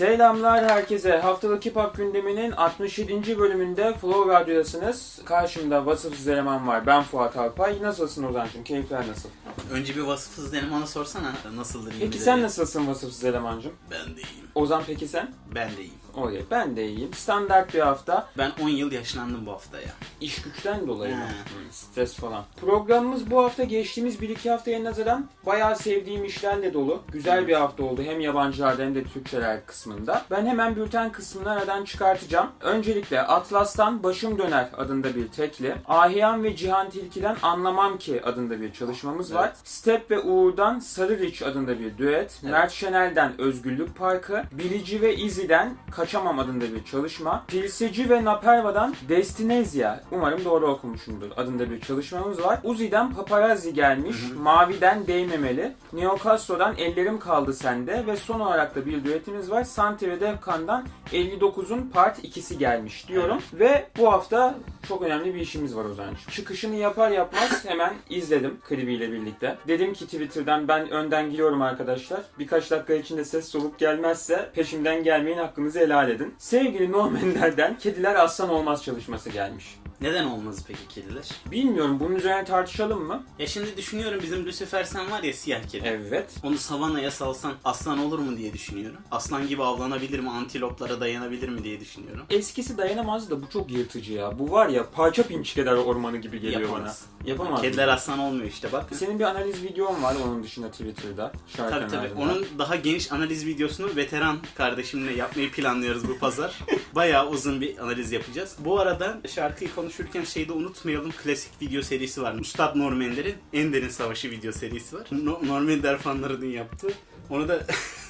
Selamlar herkese. Haftalık Hip Hop gündeminin 67. bölümünde Flow Radyo'dasınız. Karşımda vasıfsız eleman var. Ben Fuat Alpay. Nasılsın Ozan'cığım? Keyifler nasıl? Önce bir vasıfsız elemanı sorsana. Nasıldır? Peki sen nasılsın vasıfsız elemancığım? Ben de iyiyim. Ozan peki sen? Ben de iyiyim. Oley, ben de iyiyim. Standart bir hafta. Ben 10 yıl yaşlandım bu haftaya. İş güçten dolayı mı? Stres falan. Programımız bu hafta geçtiğimiz 1-2 haftaya nazaran bayağı sevdiğim işlerle dolu. Güzel bir hafta oldu. Hem yabancılarda hem de Türkçeler kısmında. Ben hemen bülten kısmını aradan çıkartacağım. Öncelikle Atlas'tan Başım Döner adında bir tekli. Ahiyan ve Cihan Tilki'den Anlamam Ki adında bir çalışmamız var. Step ve Uğur'dan Sarı Riç adında bir düet. Mert Şenel'den Özgürlük Parkı. Bilici ve Izi'den Kaçamam adında bir çalışma. Pilseci ve Naperva'dan Destinezya, umarım doğru okumuşumdur, adında bir çalışmamız var. Uzi'den Paparazzi gelmiş. Mavi'den Değmemeli. Neo Castro'dan Ellerim Kaldı Sende ve son olarak da bir düetimiz var. Santi ve Defkan'dan 59'un Part 2'si gelmiş diyorum. Ve bu hafta çok önemli bir işimiz var Ozan'cığım. Çıkışını yapar yapmaz hemen izledim klibiyle birlikte. Dedim ki Twitter'dan ben önden giriyorum arkadaşlar. Birkaç dakika içinde ses soluk gelmezse peşimden gelmeyin, hakkınızı helal edin. Sevgili Normanler'den Kediler Aslan Olmaz çalışması gelmiş. Neden olmaz peki kediler? Bilmiyorum, bunun üzerine tartışalım mı? Ya şimdi düşünüyorum, bizim Lucifer Sen var ya, siyah kedi. Evet. Onu savanaya salsan aslan olur mu diye düşünüyorum. Aslan gibi avlanabilir mi? Antiloplara dayanabilir mi diye düşünüyorum. Eskisi dayanamaz da bu çok yırtıcı ya. Bu var ya, parça pinçik eder ormanı gibi geliyor Yapamaz. bana. Yapamaz. Kediler aslan olmuyor işte, bak. Senin bir analiz videon var onun dışında Twitter'da. Tabii. Onun daha geniş analiz videosunu veteran kardeşimle yapmayı planlıyoruz bu pazar. Bayağı uzun bir analiz yapacağız. Bu arada şarkıyı konuşurken şeyde unutmayalım, klasik video serisi var. Üstad Normander'in En Derin Savaşı video serisi var. Normander fanlarının yaptığı. Onu da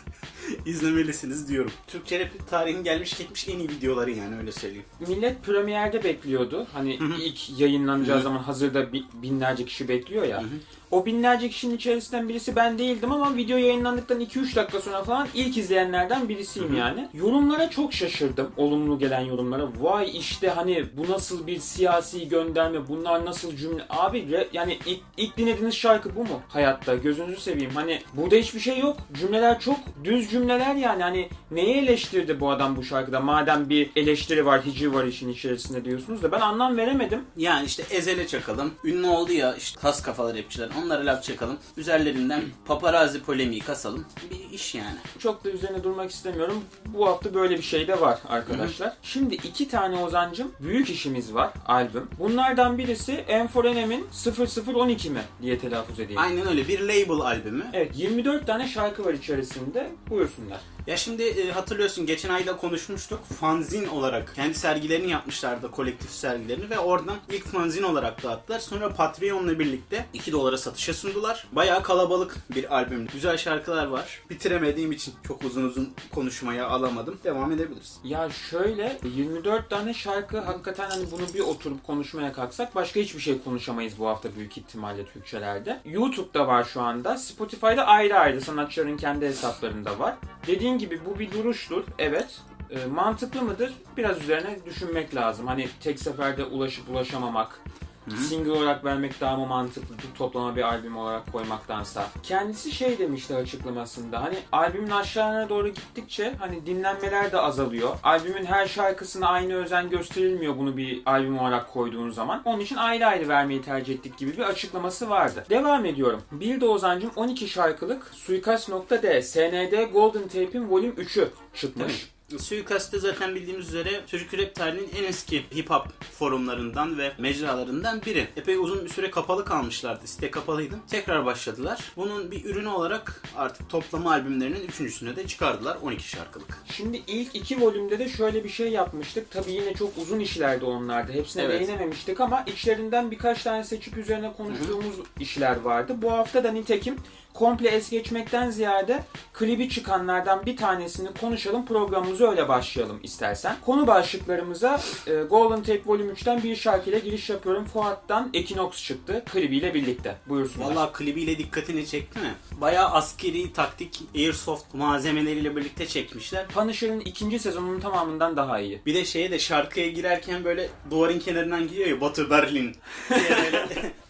izlemelisiniz diyorum. Türkçe rap tarihin gelmiş geçmiş en iyi videoları, yani öyle söyleyeyim. Millet premierde bekliyordu. Hani ilk yayınlanacağı zaman hazırda binlerce kişi bekliyor ya. O binlerce kişinin içerisinden birisi ben değildim ama video yayınlandıktan 2-3 dakika sonra falan ilk izleyenlerden birisiyim yani. Yorumlara çok şaşırdım. Olumlu gelen yorumlara. Vay işte hani bu nasıl bir siyasi gönderme, bunlar nasıl cümle. Abi yani ilk dinlediğiniz şarkı bu mu hayatta? Gözünüzü seveyim. Hani burada hiçbir şey yok. Cümleler çok düz cümleler yani. Hani neyi eleştirdi bu adam bu şarkıda? Madem bir eleştiri var, hiciv var işin içerisinde diyorsunuz da ben anlam veremedim. Yani işte Ezel'e çakalım. Ünlü oldu ya işte kas kafalı rapçiler. Onlara laf çakalım. Üzerlerinden paparazzi polemiği kasalım. Bir iş yani. Çok da üzerine durmak istemiyorum. Bu hafta böyle bir şey de var arkadaşlar. Şimdi 2 tane Ozan'cım büyük işimiz var, albüm. Bunlardan birisi M4NM'in 0012 mi diye telaffuz edeyim. Aynen öyle, bir label albümü. Evet, 24 tane şarkı var içerisinde. Buyursunlar. Ya şimdi hatırlıyorsun, geçen ayda konuşmuştuk. Fanzin olarak kendi sergilerini yapmışlardı, kolektif sergilerini, ve oradan ilk fanzin olarak dağıttılar. Sonra Patreon'la birlikte $2 satışa sundular. Bayağı kalabalık bir albüm. Güzel şarkılar var. Bitiremediğim için çok uzun konuşmaya alamadım. Devam edebiliriz. Ya şöyle, 24 tane şarkı, hakikaten hani bunu bir oturup konuşmaya kalksak başka hiçbir şey konuşamayız bu hafta büyük ihtimalle Türkçelerde. YouTube'da var şu anda. Spotify'da ayrı ayrı sanatçıların kendi hesaplarında var. Dediğim gibi bu bir duruştur. Evet. Mantıklı mıdır? Biraz üzerine düşünmek lazım. Hani tek seferde ulaşamamak. Single olarak vermek daha mı mantıklı, toplama bir albüm olarak koymaktansa. Kendisi şey demişti açıklamasında, hani albümün aşağılarına doğru gittikçe hani dinlenmeler de azalıyor. Albümün her şarkısına aynı özen gösterilmiyor bunu bir albüm olarak koyduğun zaman. Onun için ayrı ayrı vermeyi tercih ettik gibi bir açıklaması vardı. Devam ediyorum. Bir de Ozan'cığım 12 şarkılık Suikast.d SND Golden Tape'in Volume 3'ü çıkmış. Suikast'te zaten bildiğimiz üzere Türk rap tarihinin en eski hip hop forumlarından ve mecralarından biri. Epey uzun bir süre kapalı kalmışlardı. Site kapalıydı. Tekrar başladılar. Bunun bir ürünü olarak artık toplama albümlerinin 3.'sünü de çıkardılar. 12 şarkılık. Şimdi ilk 2 volümde de şöyle bir şey yapmıştık. Tabii yine çok uzun işlerdi onlarda. Hepsine değinememiştik ama içlerinden birkaç tane seçip üzerine konuştuğumuz işler vardı. Bu hafta da nitekim komple es geçmekten ziyade klibi çıkanlardan bir tanesini konuşalım. Programımıza öyle başlayalım istersen. Konu başlıklarımıza Golden Tape Volume 3'ten bir şarkıyla giriş yapıyorum. Fuat'tan Equinox çıktı klibiyle birlikte. Buyursunlar. Valla klibiyle dikkatini çekti mi? Bayağı askeri, taktik, airsoft malzemeleriyle birlikte çekmişler. Punisher'ın 2. sezonunun tamamından daha iyi. Bir de şarkıya girerken böyle duvarın kenarından gidiyor ya, Batı Berlin.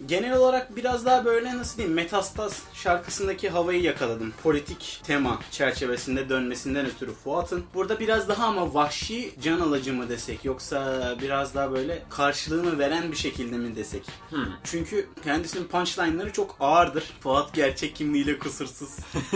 Genel olarak biraz daha böyle nasıl diyeyim, Metastaz şarkısındaki havayı yakaladım. Politik tema çerçevesinde dönmesinden ötürü Fuat'ın. Burada biraz daha ama vahşi, can alıcı mı desek, yoksa biraz daha böyle karşılığını veren bir şekilde mi desek? Çünkü kendisinin punchline'ları çok ağırdır. Fuat gerçek kimliğiyle kusursuz.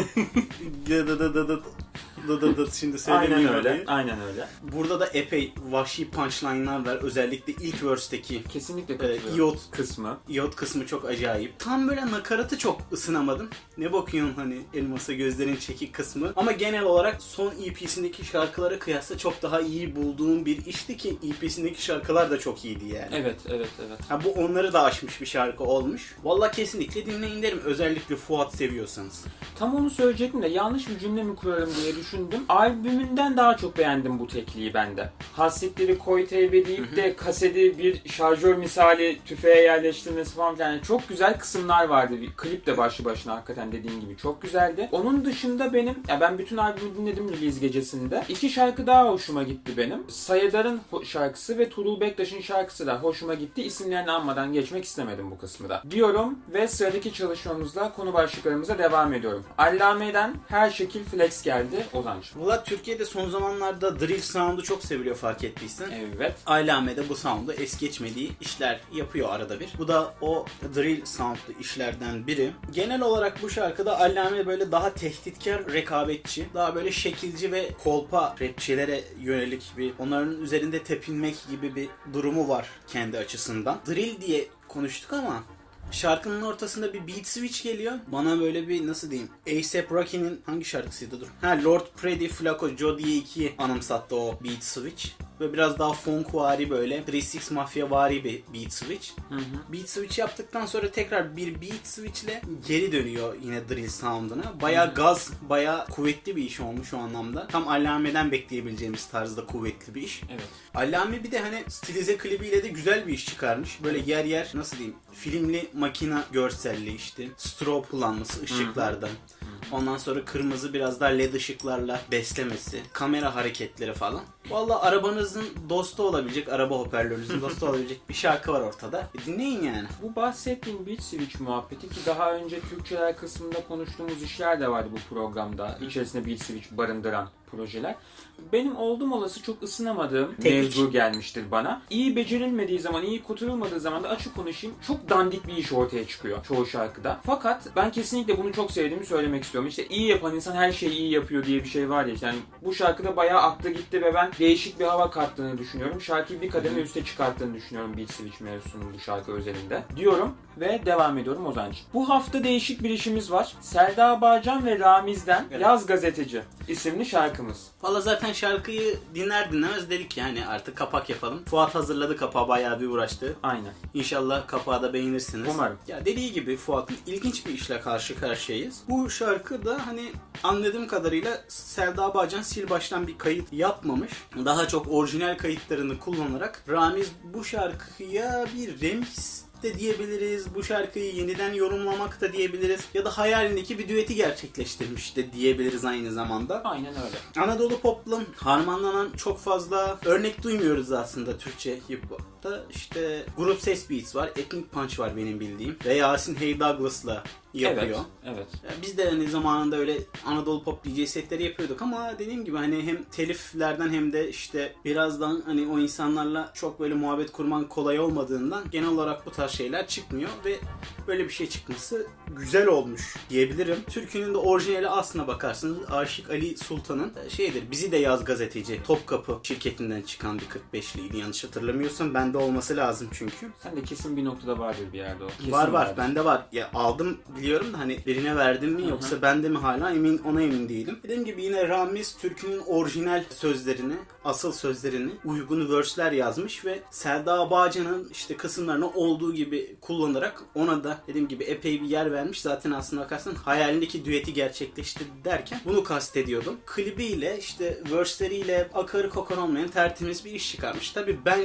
Şimdi söylemiyor öyle. Aynen öyle. Burada da epey vahşi punchline'lar var. Özellikle ilk verse'teki kesinlikle katılıyorum. İyot kısmı çok acayip. Tam böyle nakaratı çok ısınamadım. Ne bakıyorsun hani elmasa gözlerin çekik kısmı. Ama genel olarak son EP'sindeki şarkılara kıyasla çok daha iyi bulduğum bir işti ki EP'sindeki şarkılar da çok iyiydi yani. Evet. Ha, bu onları da aşmış bir şarkı olmuş. Vallahi kesinlikle dinleyin derim. Özellikle Fuat seviyorsanız. Tam onu söyleyecektim de yanlış bir cümle mi kurarım diye düşündüm. Albümünden daha çok beğendim bu tekliği bende. Hasretleri koy teybe deyip de kaseti bir şarjör misali tüfeğe yerleştirmesi falan yani çok güzel kısımlar vardı. Bir klip de başlı başına hakikaten dediğin gibi çok güzeldi. Onun dışında ben bütün albümü dinledim release gecesinde. 2 şarkı daha hoşuma gitti benim. Sayedar'ın şarkısı ve Tuğrul Bektaş'ın şarkısı da hoşuma gitti. İsimlerini anmadan geçmek istemedim bu kısmı da. Diyorum ve sıradaki çalışmamızla konu başlıklarımıza devam ediyorum. Allame'den Her Şekil Flex geldi. Ozancığım. Valla Türkiye'de son zamanlarda drill sound'u çok seviliyor fark ettiysen. Evet. Allame de bu sound'u es geçmediği işler yapıyor arada bir. Bu da o drill sound'lu işlerden biri. Genel olarak bu şarkıda Allame böyle daha tehditkar, rekabetçi, daha böyle şekilci ve kolpa rapçilere yönelik bir onların üzerinde tepinmek gibi bir durumu var kendi açısından. Drill diye konuştuk ama şarkının ortasında bir beat switch geliyor. Bana böyle bir nasıl diyeyim, A$AP Rocky'nin hangi şarkısıydı dur. Lord Pretty Flaco Joe diye 2 anımsattı o beat switch. Ve biraz daha funk-vari böyle 3-6 Mafia-vari bir beat switch. Beat switch yaptıktan sonra tekrar bir beat switchle geri dönüyor yine drill sound'una. Bayağı gaz, bayağı kuvvetli bir iş olmuş o anlamda. Tam Allame'den bekleyebileceğimiz tarzda kuvvetli bir iş. Evet. Allame bir de hani stilize klibiyle de güzel bir iş çıkarmış. Böyle yer yer nasıl diyeyim, filmli makina görselli işte. Strobe kullanması ışıklardan. Ondan sonra kırmızı biraz daha led ışıklarla beslemesi. Kamera hareketleri falan. Vallahi arabanızın dostu olabilecek, araba hoparlörünüzün dostu olabilecek bir şarkı var ortada. Dinleyin yani. Bu bahsettiğim beat switch muhabbeti ki daha önce Türkçeler kısmında konuştuğumuz işler de vardı bu programda. İçerisinde beat switch barındıran projeler. Benim oldum olası çok ısınamadığım mevzu gelmiştir bana. İyi becerilmediği zaman, iyi kurtarılmadığı zaman da açık konuşayım çok dandik bir iş ortaya çıkıyor çoğu şarkıda. Fakat ben kesinlikle bunu çok sevdiğimi söylemek istiyorum. İşte iyi yapan insan her şeyi iyi yapıyor diye bir şey var ya. İşte yani bu şarkıda bayağı aktı gitti ve ben değişik bir hava kattığını düşünüyorum. Şarkıyı bir kademe üste çıkarttığını düşünüyorum beat switch mevzusunun bu şarkı özelinde. Diyorum ve devam ediyorum Ozan'cığım. Bu hafta değişik bir işimiz var. Selda Bağcan ve Ramiz'den Yaz Gazeteci isimli şarkımız. Valla zaten şarkıyı dinler dinlemez dedik ki hani artık kapak yapalım. Fuat hazırladı kapağı, bayağı bir uğraştı. Aynen. İnşallah kapağı da beğenirsiniz. Umarım. Ya dediği gibi Fuat'ın ilginç bir işle karşı karşıyayız. Bu şarkı da hani anladığım kadarıyla Selda Bağcan sil baştan bir kayıt yapmamış. Daha çok orijinal kayıtlarını kullanarak Ramiz bu şarkıya bir remix de diyebiliriz. Bu şarkıyı yeniden yorumlamak da diyebiliriz. Ya da hayalindeki bir düeti gerçekleştirmiş de diyebiliriz aynı zamanda. Aynen öyle. Anadolu Pop'la harmanlanan çok fazla örnek duymuyoruz aslında Türkçe hip-hop'ta. İşte Grup Ses Beats var, Ethnic Punch var benim bildiğim. Ve Yasin Hey Douglas'la yapıyor. Evet. Biz de hani zamanında öyle Anadolu Pop DJ setleri yapıyorduk ama dediğim gibi hani hem teliflerden hem de işte birazdan hani o insanlarla çok böyle muhabbet kurman kolay olmadığından genel olarak bu tarz şeyler çıkmıyor ve böyle bir şey çıkması güzel olmuş diyebilirim. Türkünün de orijinali aslına bakarsanız Aşık Ali Sultan'ın şeydir, Bizi de Yaz Gazeteci Topkapı şirketinden çıkan bir 45'liydi yanlış hatırlamıyorsam. Bende olması lazım çünkü. Sen de kesin bir noktada vardır bir yerde o. Kesin var vardır. Bende var. Ya aldım biliyorum da hani birine verdim mi yoksa bende mi hala ona emin değilim. Dediğim gibi yine Ramiz türkünün orijinal sözlerini, asıl sözlerini uygun versler yazmış ve Selda Bağcan'ın işte kısımlarını olduğu gibi kullanarak ona da dediğim gibi epey bir yer vermiş. Zaten aslında bakarsan hayalindeki düeti gerçekleştirdi derken bunu kastediyordum. Klibiyle işte versleriyle akarı kokar olmayan tertemiz bir iş çıkarmış. Tabii bence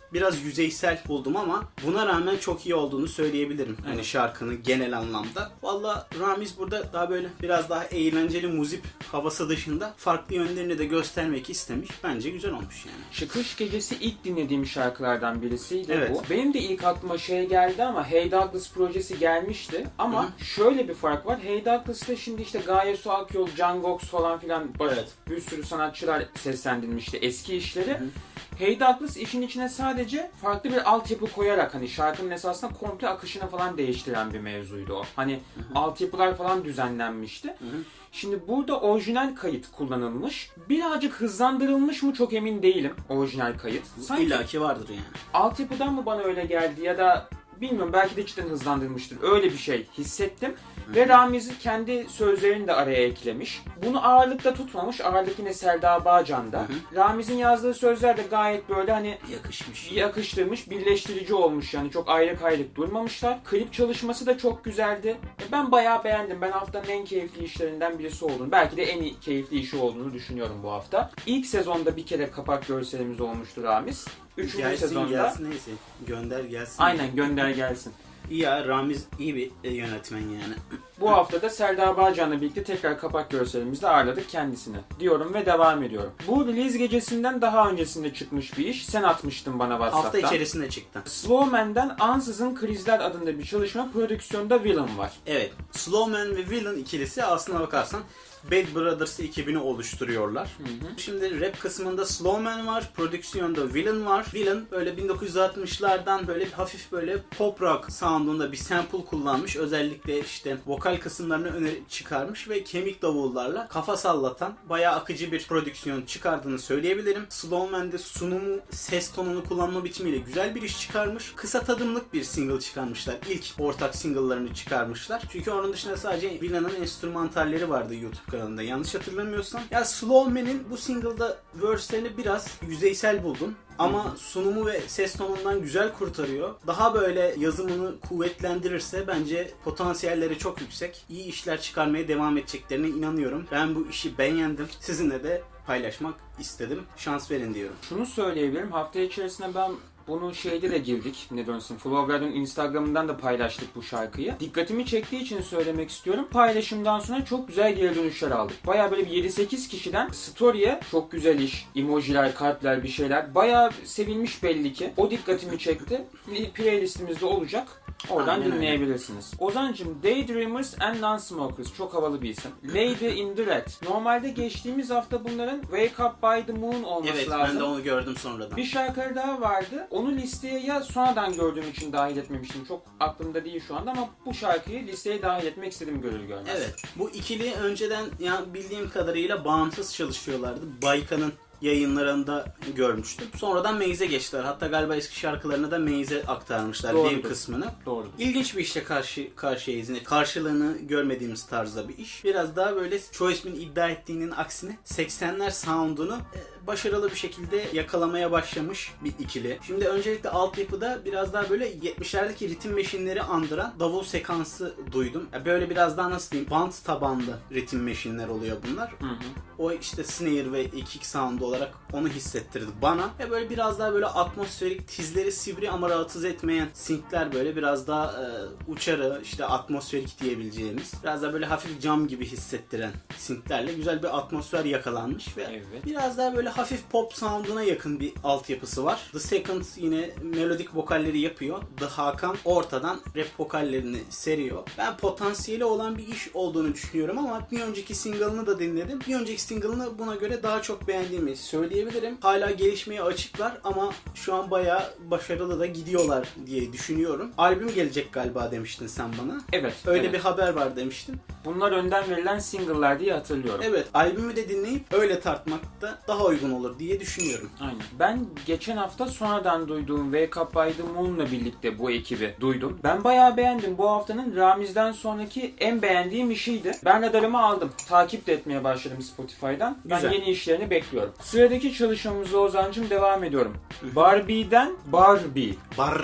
biraz yüzeysel buldum ama buna rağmen çok iyi olduğunu söyleyebilirim. Yani şarkının genel anlamda. Valla Ramiz burada daha böyle biraz daha eğlenceli muzip havası dışında farklı yönlerini de göstermek istemiş. Bence güzel olmuş yani. Çıkış Gecesi ilk dinlediğim şarkılardan birisiydi Evet. bu. Benim de ilk aklıma şey geldi ama Hey Douglas projesi gelmişti. Ama şöyle bir fark var. Hey Douglas'ta şimdi işte Gaye Su Akyol, Can Gox falan filan bir sürü sanatçılar seslendirmişti eski işleri. Hey Douglas işin içine sadece farklı bir altyapı koyarak hani şarkının esasında komple akışını falan değiştiren bir mevzuydu o. Hani altyapılar falan düzenlenmişti. Şimdi burada orijinal kayıt kullanılmış. Birazcık hızlandırılmış mı çok emin değilim orijinal kayıt. Sanki illaki vardır yani. Altyapıdan mı bana öyle geldi ya da bilmiyorum, belki de cidden hızlandırılmıştır. Öyle bir şey hissettim. Ve Ramiz kendi sözlerini de araya eklemiş. Bunu ağırlıkta tutmamış. Ağırlık yine Selda Bağcan'da. Ramiz'in yazdığı sözler de gayet böyle hani yakıştırmış, birleştirici olmuş yani. Çok ayrık durmamışlar. Klip çalışması da çok güzeldi. Ben bayağı beğendim. Ben haftanın en keyifli işlerinden birisi olduğunu, belki de en iyi keyifli işi olduğunu düşünüyorum bu hafta. İlk sezonda bir kere kapak görselimiz olmuştu Ramiz. Üçüncü sezonda... Gelsin neyse. Gönder gelsin. Aynen, gönder gelsin. İyi ya, Ramiz iyi bir yönetmen yani. Bu hafta da Selda Bağcan'la birlikte tekrar kapak görselimizde ağırladık kendisini diyorum ve devam ediyorum. Bu release gecesinden daha öncesinde çıkmış bir iş. Sen atmıştın bana WhatsApp'tan. Hafta içerisinde çıktı. Slowman'dan Ansızın Krizler adında bir çalışma, prodüksiyonda Villain var. Evet. Slowman ve Villain ikilisi aslına bakarsan Bad Brothers ekibini oluşturuyorlar. Şimdi rap kısmında Slowman var, prodüksiyonda Villain var. Villain böyle 1960'lardan böyle hafif böyle pop rock sound'unda bir sample kullanmış. Özellikle işte vokal kısımlarını öne çıkarmış ve kemik davullarla kafa sallatan bayağı akıcı bir prodüksiyon çıkardığını söyleyebilirim. Slowman'de sunumu, ses tonunu kullanma biçimiyle güzel bir iş çıkarmış. Kısa tadımlık bir single çıkarmışlar. İlk ortak single'larını çıkarmışlar. Çünkü onun dışında sadece Villain'ın enstrümantalleri vardı YouTube kanalında. Yanlış hatırlamıyorsam. Ya Slowman'in bu single'da verse'lerini biraz yüzeysel buldum. Ama sunumu ve ses tonundan güzel kurtarıyor. Daha böyle yazımını kuvvetlendirirse bence potansiyelleri çok yüksek. İyi işler çıkarmaya devam edeceklerine inanıyorum. Ben bu işi beğendim. Sizinle de paylaşmak istedim. Şans verin diyorum. Şunu söyleyebilirim. Hafta içerisinde ben bunu şeyde de girdik. Ne dönsün? Flow Radio'nun Instagram'ından da paylaştık bu şarkıyı. Dikkatimi çektiği için söylemek istiyorum. Paylaşımdan sonra çok güzel geri dönüşler aldık. Baya böyle 7-8 kişiden story'e çok güzel iş, emojiler, kalpler, bir şeyler. Baya sevilmiş belli ki. O dikkatimi çekti. Playlistimizde olacak. Oradan dinleyebilirsiniz. Ozan'cığım, Daydreamers and Non-Smokers çok havalı bir isim. Lady in the Red. Normalde geçtiğimiz hafta bunların Wake Up by the Moon olması lazım. Evet, ben de onu gördüm sonradan. Bir şarkı daha vardı. Onu listeye ya sonradan gördüğüm için dahil etmemiştim. Çok aklımda değil şu anda ama bu şarkıyı listeye dahil etmek istedim görür görmez. Evet. Bu ikili önceden yani bildiğim kadarıyla bağımsız çalışıyorlardı. Bayka'nın yayınlarında görmüştüm. Sonradan Maze'e geçtiler. Hatta galiba eski şarkılarına da Maze'e aktarmışlar bir kısmını. Doğru. İlginç bir işle karşıyayız. Karşılığını görmediğimiz tarzda bir iş. Biraz daha böyle Choice'min iddia ettiğinin aksine 80'ler sound'unu başarılı bir şekilde yakalamaya başlamış bir ikili. Şimdi öncelikle altyapıda biraz daha böyle 70'lerdeki ritim meşinleri andıran davul sekansı duydum. Böyle biraz daha nasıl diyeyim, band tabanlı ritim meşinler oluyor bunlar. O işte snare ve kick sound olarak onu hissettirdi bana. Ve böyle biraz daha böyle atmosferik, tizleri sivri ama rahatsız etmeyen synthler, böyle biraz daha uçarı, işte atmosferik diyebileceğimiz, biraz daha böyle hafif cam gibi hissettiren synthlerle güzel bir atmosfer yakalanmış ve biraz daha böyle hafif pop sound'una yakın bir altyapısı var. The Second yine melodik vokalleri yapıyor. The Hakan ortadan rap vokallerini seriyor. Ben potansiyeli olan bir iş olduğunu düşünüyorum ama bir önceki single'ını da dinledim. Bir önceki single'ını buna göre daha çok beğendiğimi söyleyebilirim. Hala gelişmeye açıklar ama şu an bayağı başarılı da gidiyorlar diye düşünüyorum. Albüm gelecek galiba demiştin sen bana. Evet. Öyle bir haber var demiştin. Bunlar önden verilen single'lar diye hatırlıyorum. Evet. Albümü de dinleyip öyle tartmak da daha uygun olur diye düşünüyorum. Aynen. Ben geçen hafta sonradan duyduğum Wake Up By The Moon'la birlikte bu ekibi duydum. Ben bayağı beğendim. Bu haftanın Ramiz'den sonraki en beğendiğim işiydi. Ben radarımı aldım. Takip de etmeye başladım Spotify'dan. Ben yeni işlerini bekliyorum. Sıradaki çalışmamıza Ozan'cığım devam ediyorum. Barbie'den Barbie.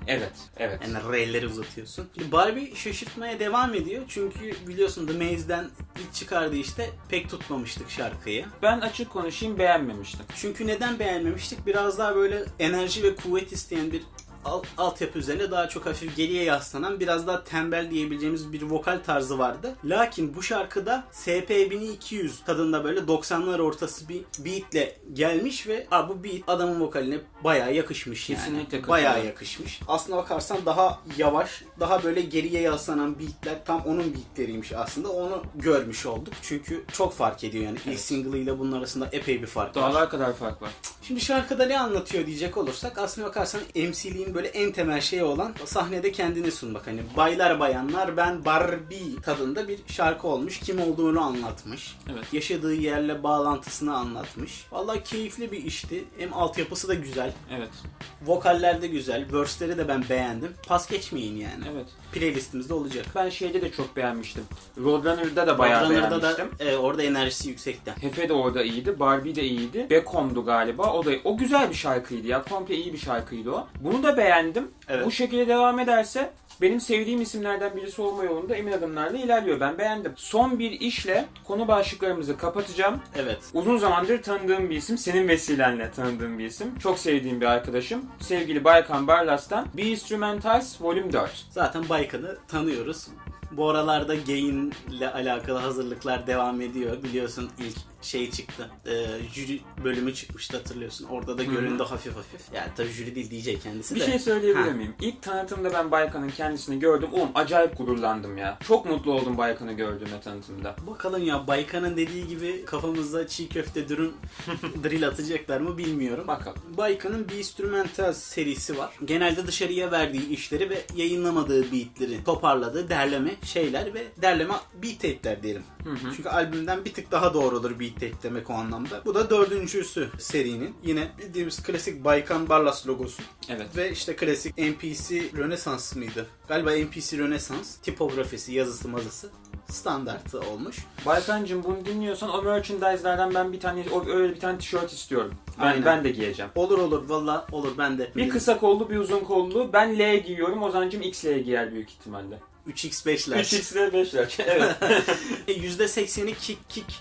Evet. Yani R'leri uzatıyorsun. Şimdi Barbie şaşırtmaya devam ediyor. Çünkü biliyorsun The Maze'den ilk çıkardığı işte pek tutmamıştık şarkıyı. Ben açık konuşayım, beğenmemiştim. Çünkü neden beğenmemiştik? Biraz daha böyle enerji ve kuvvet isteyen bir altyapı üzerine daha çok hafif geriye yaslanan, biraz daha tembel diyebileceğimiz bir vokal tarzı vardı. Lakin bu şarkıda SP1200 tadında böyle 90'lar ortası bir beatle gelmiş ve bu beat adamın vokaline bayağı yakışmış yani. Kesinlikle bayağı yakışmış. Aslına bakarsan daha yavaş, daha böyle geriye yaslanan beatler tam onun beatleriymiş aslında. Onu görmüş olduk. Çünkü çok fark ediyor yani. İlk single ile bunun arasında epey bir fark var. Dağlar kadar fark var. Şimdi şarkıda ne anlatıyor diyecek olursak, aslına bakarsan MC'liğin böyle en temel şeyi olan sahnede kendini sunmak. Hani baylar bayanlar ben Barbie tadında bir şarkı olmuş. Kim olduğunu anlatmış. Evet. Yaşadığı yerle bağlantısını anlatmış. Vallahi keyifli bir işti. Hem altyapısı da güzel. Evet. Vokaller de güzel. Verse'leri de ben beğendim. Pas geçmeyin yani. Evet. Playlistimizde olacak. Ben şeyde de çok beğenmiştim. Roadrunner'da da bayağı beğenmiştim. Orada enerjisi yüksekti. Hefe de orada iyiydi. Barbie de iyiydi. Bekom'du galiba. O güzel bir şarkıydı ya. Komple iyi bir şarkıydı o. Bunu da beğendim. Evet. Bu şekilde devam ederse benim sevdiğim isimlerden birisi olma yolunda emin adımlarla ilerliyor. Ben beğendim. Son bir işle konu başlıklarımızı kapatacağım. Evet. Uzun zamandır tanıdığım bir isim. Senin vesilenle tanıdığım bir isim. Çok sevdiğim bir arkadaşım. Sevgili Baykan Barlas'tan Be Instrumentals Volume 4. Zaten Baykan'ı tanıyoruz. Bu aralarda Gain'le alakalı hazırlıklar devam ediyor. Biliyorsun ilk şey çıktı. Jüri bölümü çıkmıştı, hatırlıyorsun. Orada da göründü hafif. Yani tabii jüri değil, DJ kendisi de. Bir şey söyleyebilir miyim? İlk tanıtımda ben Baykan'ın kendisini gördüm. Acayip gururlandım ya. Çok mutlu oldum Baykan'ı gördüğümde tanıtımda. Bakalım ya, Baykan'ın dediği gibi kafamızda çiğ köfte dürüm drill atacaklar mı bilmiyorum. Bakalım. Baykan'ın bir instrumental serisi var. Genelde dışarıya verdiği işleri ve yayınlamadığı beatleri toparladığı derleme şeyler ve derleme beat tape'ler diyelim. Çünkü albümden bir tık daha doğrudur beat tape demek o anlamda. Bu da dördüncüsü serinin. Yine bildiğimiz klasik Baykan Barlas logosu. Evet. Ve işte klasik MPC Rönesans mıydı? Galiba MPC Rönesans. Tipografisi, yazısı, mazısı standartı olmuş. Baykan'cığım bunu dinliyorsan o merchandise'lerden ben öyle bir tane tişört istiyorum. Aynen. Ben de giyeceğim. Olur valla olur, ben de. Bir kısa kollu bir uzun kollu. Ben L giyiyorum. Ozancığım XL giyer büyük ihtimalle. 3x5'ler. 3x'ler 5'ler. Evet. %80'i kick,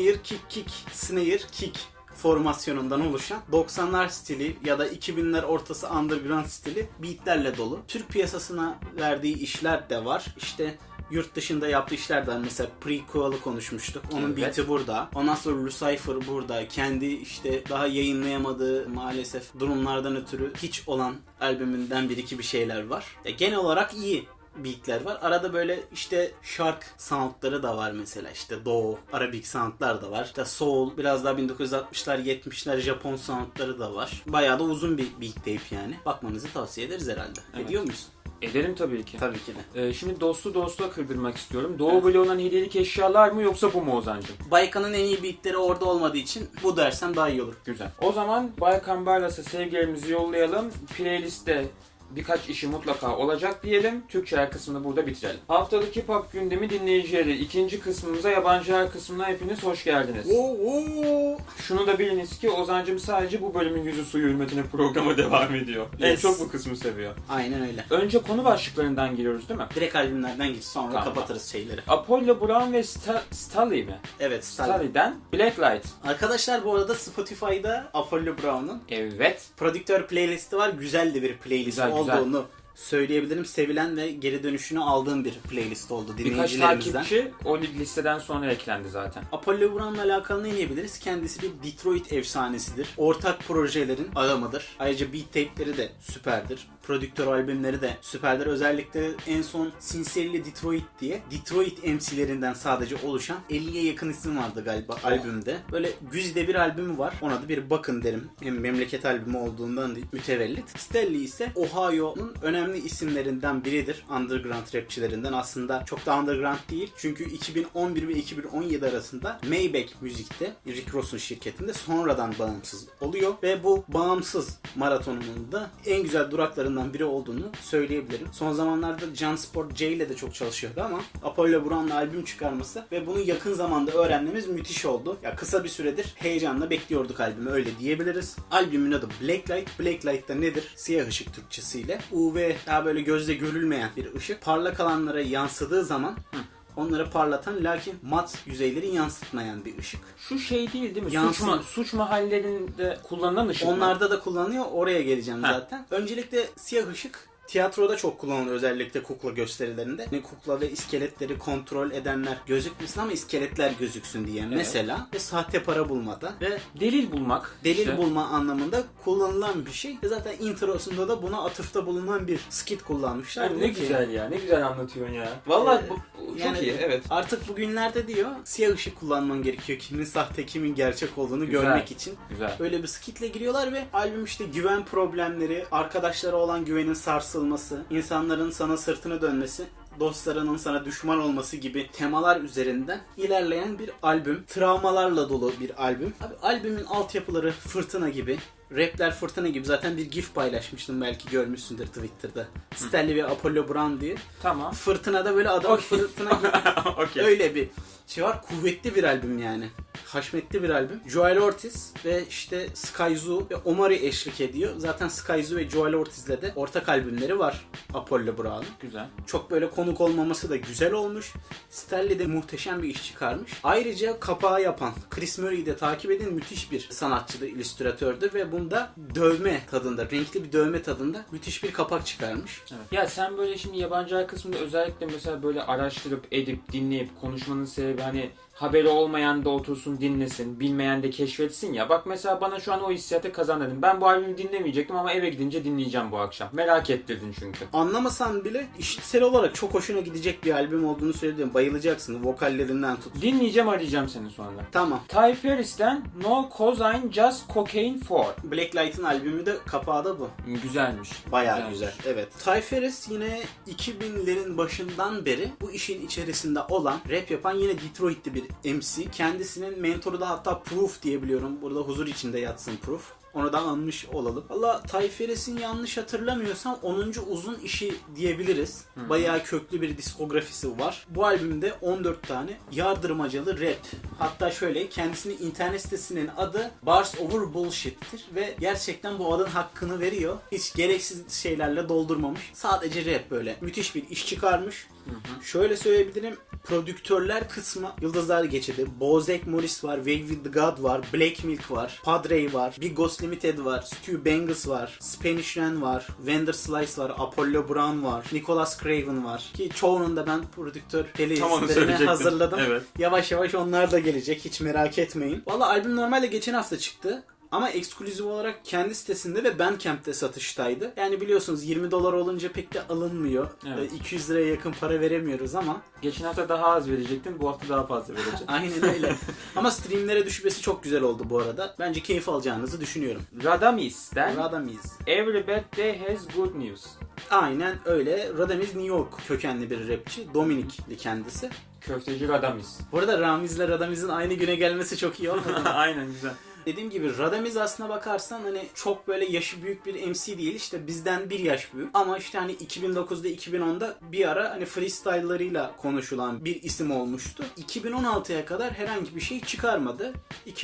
snare, kick formasyonundan oluşan 90'lar stili ya da 2000'ler ortası underground stili beatlerle dolu. Türk piyasasına verdiği işler de var. İşte yurt dışında yaptığı işler de var. Mesela Prequel'ı konuşmuştuk. Onun beat'i burada. Ondan sonra Lucifer burada. Kendi işte daha yayınlayamadığı maalesef durumlardan ötürü hiç olan albümünden bir iki bir şeyler var. Genel olarak iyi beatler var. Arada böyle işte shark soundları da var mesela. İşte Doğu, Arabik soundlar da var. İşte Soul, biraz daha 1960'lar, 70'ler Japon soundları da var. Bayağı da uzun bir beat tape yani. Bakmanızı tavsiye ederiz herhalde. Evet. Ediyor muyuz? Ederim tabii ki. Tabii ki de. Şimdi dostluğa kırdırmak istiyorum. Doğu bloğundan hediyelik eşyalar mı yoksa bu mu Ozancığım? Baykan'ın en iyi beatleri orada olmadığı için bu dersen daha iyi olur. Güzel. O zaman Baykan Barlas'a sevgilerimizi yollayalım. Playlistte birkaç işi mutlaka olacak diyelim. Türkçeler kısmını burada bitirelim. Haftalık Hip Hop gündemi dinleyicileri. İkinci kısmımıza, yabancılar kısmına hepiniz hoş geldiniz. Şunu da biliniz ki Ozancım sadece bu bölümün yüzü suyu hürmetine programa devam ediyor. Yes. En çok bu kısmı seviyor. Aynen öyle. Önce konu başlıklarından giriyoruz değil mi? Direkt albümlerden git, sonra tamam, kapatırız şeyleri. Apollo Brown ve Stalley mi? Evet, Stalley'den Blacklight. Arkadaşlar bu arada Spotify'da Apollo Brown'un prodüktör playlisti var. Güzel de bir playlist olduğunu söyleyebilirim. Sevilen ve geri dönüşünü aldığım bir playlist oldu dinleyicilerimizden. Birkaç takipçi o listeden sonra eklendi zaten. Apollo Brown'la alakalı ne diyebiliriz? Kendisi bir Detroit efsanesidir. Ortak projelerin adamıdır. Ayrıca beat tape'leri de süperdir. Prodüktör albümleri de süperdir. Özellikle en son Sincerely Detroit diye Detroit MC'lerinden sadece oluşan 50'ye yakın isim vardı galiba albümde. Böyle güzide bir albümü var. Ona da bir bakın derim. Hem memleket albümü olduğundan değil, mütevellit. Stalley ise Ohio'nun önemli isimlerinden biridir. Underground rapçilerinden. Aslında çok da underground değil. Çünkü 2011 ve 2017 arasında Maybach Müzik'te, Rick Ross'un şirketinde sonradan bağımsız oluyor. Ve bu bağımsız maratonunun da en güzel duraklarından biri olduğunu söyleyebilirim. Son zamanlarda Jansport J ile de çok çalışıyordu ama Apollo Brown'la albüm çıkarması ve bunu yakın zamanda öğrenmemiz müthiş oldu. Ya kısa bir süredir heyecanla bekliyorduk albümü, öyle diyebiliriz. Albümün adı Blacklight. Blacklight da nedir? Siyah ışık Türkçesiyle. UV ve daha böyle gözle görülmeyen bir ışık. Parlak alanlara yansıdığı zaman onları parlatan lakin mat yüzeyleri yansıtmayan bir ışık. Şu şey değil mi? Yansın. Suç mahallelerinde kullanılan ışık mı? Onlarda da kullanılıyor. Oraya geleceğim zaten. Öncelikle siyah ışık tiyatroda çok kullanılıyor, özellikle kukla gösterilerinde. Kukla ve iskeletleri kontrol edenler gözükmesin ama iskeletler gözüksün diye mesela. Ve sahte para bulmada ve delil bulmak. Delil bulma anlamında kullanılan bir şey. Ve zaten introsunda da buna atıfta bulunan bir skit kullanmışlar. Yani ne güzel ya. Ne güzel anlatıyorsun ya. Vallahi bu yani çok iyi. Evet. Artık bugünlerde diyor siyah ışık kullanman gerekiyor. Kimin sahte kimin gerçek olduğunu görmek için. Güzel. Öyle bir skitle giriyorlar ve albüm işte güven problemleri, arkadaşlara olan güvenin sarsılması, insanların sana sırtını dönmesi, dostlarının sana düşman olması gibi temalar üzerinden ilerleyen bir albüm. Travmalarla dolu bir albüm. Abi albümün altyapıları fırtına gibi. Rapler fırtına gibi. Zaten bir gif paylaşmıştım, belki görmüşsündür Twitter'da. Stanley ve Apollo Brown diye. Tamam. Fırtınada böyle adam fırtına gibi. Öyle bir şey var. Kuvvetli bir albüm yani. Haşmetli bir albüm. Joel Ortiz ve işte Sky Zoo ve Omari eşlik ediyor. Zaten Sky Zoo ve Joel Ortiz'le de ortak albümleri var Apollo Brown'un. Güzel. Çok böyle konuk olmaması da güzel olmuş. Stanley de muhteşem bir iş çıkarmış. Ayrıca kapağı yapan Chris Murray'i de takip edin. Müthiş bir sanatçıdır, illüstratördür ve bunda dövme tadında, renkli bir dövme tadında müthiş bir kapak çıkarmış. Evet. Ya sen böyle şimdi yabancı kısmında özellikle mesela böyle araştırıp edip dinleyip konuşmanın sebebi hani haberi olmayan da otursun dinlesin, bilmeyen de keşfetsin ya. Bak mesela bana şu an o hissiyatı kazandırdın. Ben bu albümü dinlemeyecektim ama eve gidince dinleyeceğim bu akşam. Merak ettirdin çünkü. Anlamasan bile işitsel olarak çok hoşuna gidecek bir albüm olduğunu söyledim. Bayılacaksın vokallerinden tut. Dinleyeceğim, arayacağım seni sonra. Tamam. Ty Ferris'ten No Cosign Just Cocaine 4. Blacklight'ın albümü de kapağı da bu. Güzelmiş. Bayağı güzel. Evet. Ty Ferris yine 2000'lerin başından beri bu işin içerisinde olan, rap yapan yine Detroit'li bir MC. Kendisinin mentoru da hatta Proof diye biliyorum. Burada huzur içinde yatsın Proof. Onu da anmış olalım. Valla Ty Ferris'in yanlış hatırlamıyorsam 10. uzun işi diyebiliriz. Bayağı köklü bir diskografisi var. Bu albümde 14 tane yardırmacalı rap. Hatta şöyle, kendisinin internet sitesinin adı Bars Over Bullshit'tir ve gerçekten bu adın hakkını veriyor. Hiç gereksiz şeylerle doldurmamış. Sadece rap böyle. Müthiş bir iş çıkarmış. Şöyle söyleyebilirim. Prodüktörler kısmı yıldızlar geçidi. Bozek Morris var, Way With The God var, Black Milk var, Padre var, Big Ghost Limited var, Stu Bengals var, Spanish Ren var, Vander Slice var, Apollo Brown var, Nicholas Craven var. Ki çoğunun da ben prodüktör listelerini hazırladım. Evet. Yavaş yavaş onlar da gelecek. Hiç merak etmeyin. Valla albüm normalde geçen hafta çıktı. Ama ekskluzif olarak kendi sitesinde ve Bandcamp'te satıştaydı. Yani biliyorsunuz $20 olunca pek de alınmıyor. Evet. 200 liraya yakın para veremiyoruz ama. Geçen hafta daha az verecektin, bu hafta daha fazla vereceğim. Aynen öyle. Ama streamlere düşmesi çok güzel oldu bu arada. Bence keyif alacağınızı düşünüyorum. Radamiz'den Radamiz. Every Bad Day Has Good News. Aynen öyle. Radamiz New York kökenli bir rapçi. Dominikli kendisi. Köfteci Radamiz. Bu arada Ramiz'le Radamiz'in aynı güne gelmesi çok iyi olmadı mı? Aynen, güzel. Dediğim gibi Radamiz aslına bakarsan hani çok böyle yaşı büyük bir MC değil, işte bizden bir yaş büyük ama işte hani 2009'da 2010'da bir ara hani freestyle'larıyla konuşulan bir isim olmuştu. 2016'ya kadar herhangi bir şey çıkarmadı.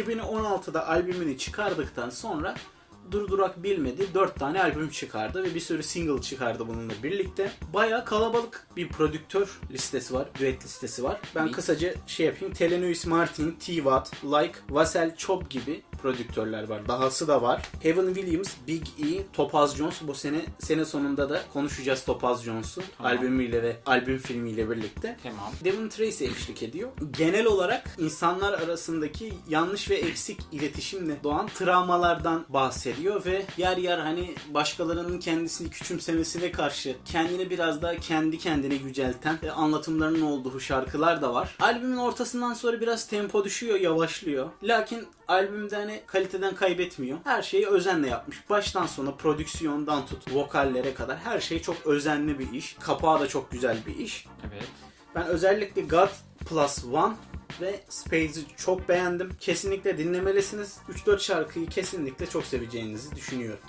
2016'da albümünü çıkardıktan sonra durdurak bilmedi. 4 tane albüm çıkardı ve bir sürü single çıkardı bununla birlikte. Bayağı kalabalık bir prodüktör listesi var. Düet listesi var. Ben kısaca şey yapayım. Thelonious Martin, T-Watt, Like, Vassell Chop gibi prodüktörler var. Dahası da var. Heaven Williams, Big E, Topaz Jones. Bu sene sonunda da konuşacağız Topaz Jones'u. Tamam. Albümüyle ve albüm filmiyle birlikte. Tamam. Devin Tracy eşlik ediyor. Genel olarak insanlar arasındaki yanlış ve eksik iletişimle doğan travmalardan bahsediyor ve yer yer hani başkalarının kendisini küçümsemesine karşı kendini biraz daha kendi kendine yücelten ve anlatımlarının olduğu şarkılar da var. Albümün ortasından sonra biraz tempo düşüyor, yavaşlıyor. Lakin albümde hani kaliteden kaybetmiyor. Her şeyi özenle yapmış. Baştan sona prodüksiyondan tut, vokallere kadar her şey çok özenli bir iş. Kapağı da çok güzel bir iş. Evet. Ben özellikle God Plus One ve Spades'i çok beğendim. Kesinlikle dinlemelisiniz. 3-4 şarkıyı kesinlikle çok seveceğinizi düşünüyorum.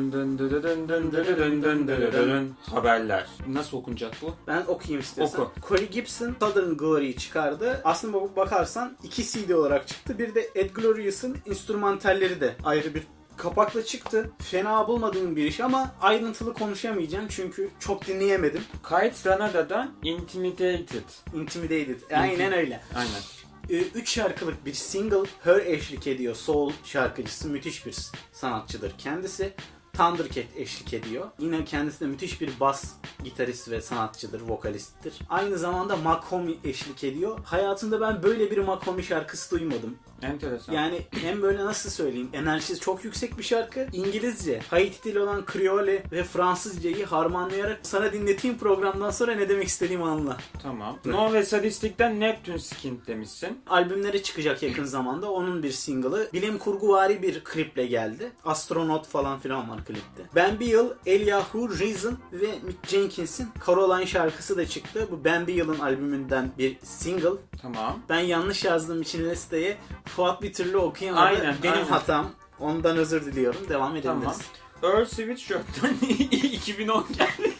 Haberler. Nasıl okunacak bu? Ben okuyayım istersen. Oku. Corey Gibson Southern Glory'yi çıkardı. Aslında bakarsan 2 CD olarak çıktı. Bir de Ed Glorious'ın enstrümantalleri de ayrı bir kapakla çıktı. Fena bulmadığım bir iş ama ayrıntılı konuşamayacağım çünkü çok dinleyemedim. Kite Ranada'dan Intimidated. Intimidated. Aynen öyle. Aynen. 3 şarkılık bir single. Her eşlik ediyor. Soul şarkıcısı. Müthiş bir sanatçıdır kendisi. Thundercat eşlik ediyor. Yine kendisi de müthiş bir bas gitarist ve sanatçıdır, vokalisttir. Aynı zamanda Makomi eşlik ediyor. Hayatımda ben böyle bir Makomi şarkısı duymadım. Enteresan. Yani hem böyle nasıl söyleyeyim, enerjisi çok yüksek bir şarkı. İngilizce, Haiti dili olan Kriole ve Fransızcayı harmanlayarak sana dinleteyim, programdan sonra ne demek istediğimi anla. Tamam. No ve Sadistik'ten Neptune Skin demişsin. Albümleri çıkacak yakın zamanda. Onun bir single'ı. Bilim kurguvari bir kliple geldi. Astronot falan filan var klipte. Ben Beale, Eliyahu, Reason ve Mick Jenkins'in Caroline şarkısı da çıktı. Bu Ben Beale'ın albümünden bir single. Tamam. Ben yanlış yazdığım için listeye Fuat bir türlü okuyamadı. Aynen, Benim aynen. hatam. Ondan özür diliyorum. Devam edebiliriz. Tamam. Earl Sweatshirt'tan 2010 geldi.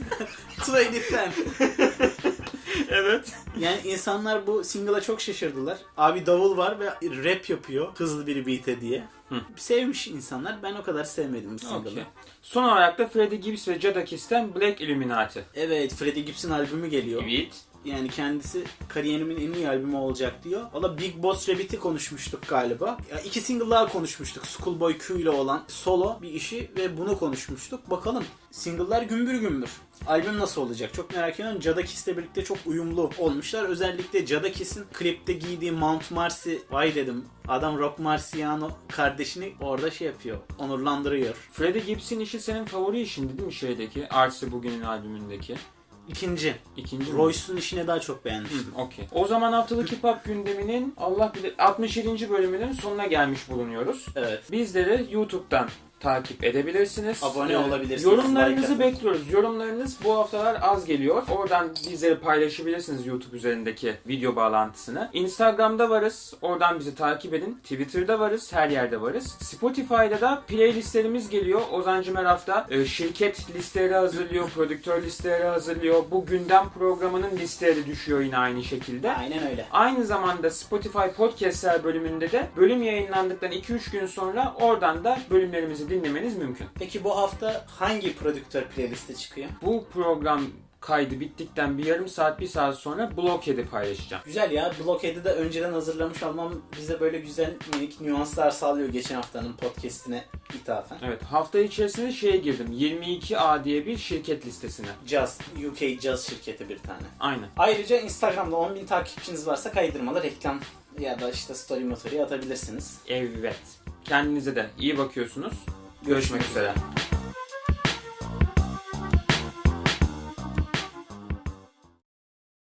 2010. Evet. Yani insanlar bu single'a çok şaşırdılar. Abi davul var ve rap yapıyor hızlı bir beat'e diye. Sevmiş insanlar. Ben o kadar sevmedim bu single'ı. Okay. Son olarak da Freddie Gibbs ve Jadakis'ten Black Illuminati. Evet, Freddie Gibbs'in albümü geliyor. Evet. Yani kendisi kariyerimin en iyi albümü olacak diyor. Valla Big Boss Rabbit'i konuşmuştuk galiba. Ya 2 single daha konuşmuştuk. Schoolboy Q ile olan solo bir işi ve bunu konuşmuştuk. Bakalım single'lar gümbür gümbür. Albüm nasıl olacak? Çok merak ediyorum. Jadakis'le birlikte çok uyumlu olmuşlar. Özellikle Jadakis'in klipte giydiği Mount Marcy, vay dedim. Adam Rock Marciano kardeşini orada şey yapıyor. Onurlandırıyor. Freddie Gibbs'in işi senin favori işindi değil mi şeydeki? Arts'ı bugünün albümündeki. İkinci. Mi? Royce'un işine daha çok beğenmiştim. Okay. O zaman haftalık hip hop gündeminin Allah bilir 67. bölümünün sonuna gelmiş bulunuyoruz. Evet. Bizleri YouTube'dan takip edebilirsiniz. Abone olabilirsiniz. Yorumlarınızı Like bekliyoruz. Yorumlarınız bu haftalar az geliyor. Oradan bizleri paylaşabilirsiniz YouTube üzerindeki video bağlantısını. Instagram'da varız. Oradan bizi takip edin. Twitter'da varız. Her yerde varız. Spotify'da da playlistlerimiz geliyor. Ozan Cimer hafta şirket listeleri hazırlıyor. Prodüktör listeleri hazırlıyor. Bu gündem programının listeleri düşüyor yine aynı şekilde. Aynen öyle. Aynı zamanda Spotify Podcast'ler bölümünde de bölüm yayınlandıktan 2-3 gün sonra oradan da bölümlerimizi dinlemeniz mümkün. Peki bu hafta hangi prodüktör playlisti çıkıyor? Bu program kaydı bittikten bir yarım saat, bir saat sonra Blockhead'i paylaşacağım. Güzel ya. Blockhead'i de önceden hazırlamış olmam bize böyle güzel minik nüanslar sağlıyor geçen haftanın podcast'ine ithafen. Evet. Hafta içerisinde şeye girdim. 22A diye bir şirket listesine. Jazz, UK Jazz şirketi bir tane. Aynen. Ayrıca Instagram'da 10.000 takipçiniz varsa kaydırmalı reklam ya da işte story motoru atabilirsiniz. Evet. Kendinize de iyi bakıyorsunuz. Görüşmek üzere.